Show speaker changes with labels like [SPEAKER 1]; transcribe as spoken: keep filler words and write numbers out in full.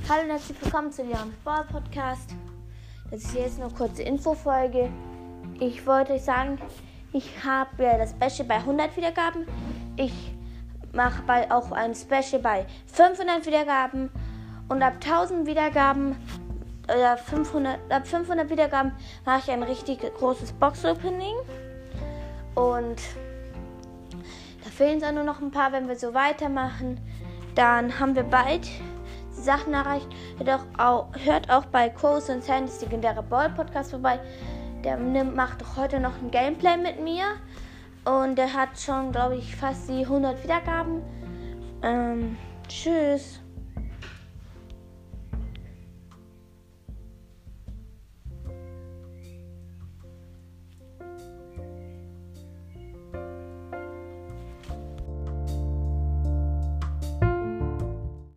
[SPEAKER 1] Hallo und herzlich willkommen zu Leons Ball Podcast. Das ist jetzt eine kurze Infofolge. Ich wollte euch sagen, ich habe ja das Special bei hundert Wiedergaben. Ich mache bald auch ein Special bei fünfhundert Wiedergaben. Und ab tausend Wiedergaben, oder fünfhundert, ab fünfhundert Wiedergaben mache ich ein richtig großes Box-Opening. Und da fehlen es auch nur noch ein paar, wenn wir so weitermachen. Dann haben wir bald die Sachen erreicht. Hört auch, hört auch bei Coast und Sandys legendäre Ball Podcast vorbei. Der nimmt, macht doch heute noch ein Gameplay mit mir. Und der hat schon, glaube ich, fast die hundert Wiedergaben. Ähm, tschüss.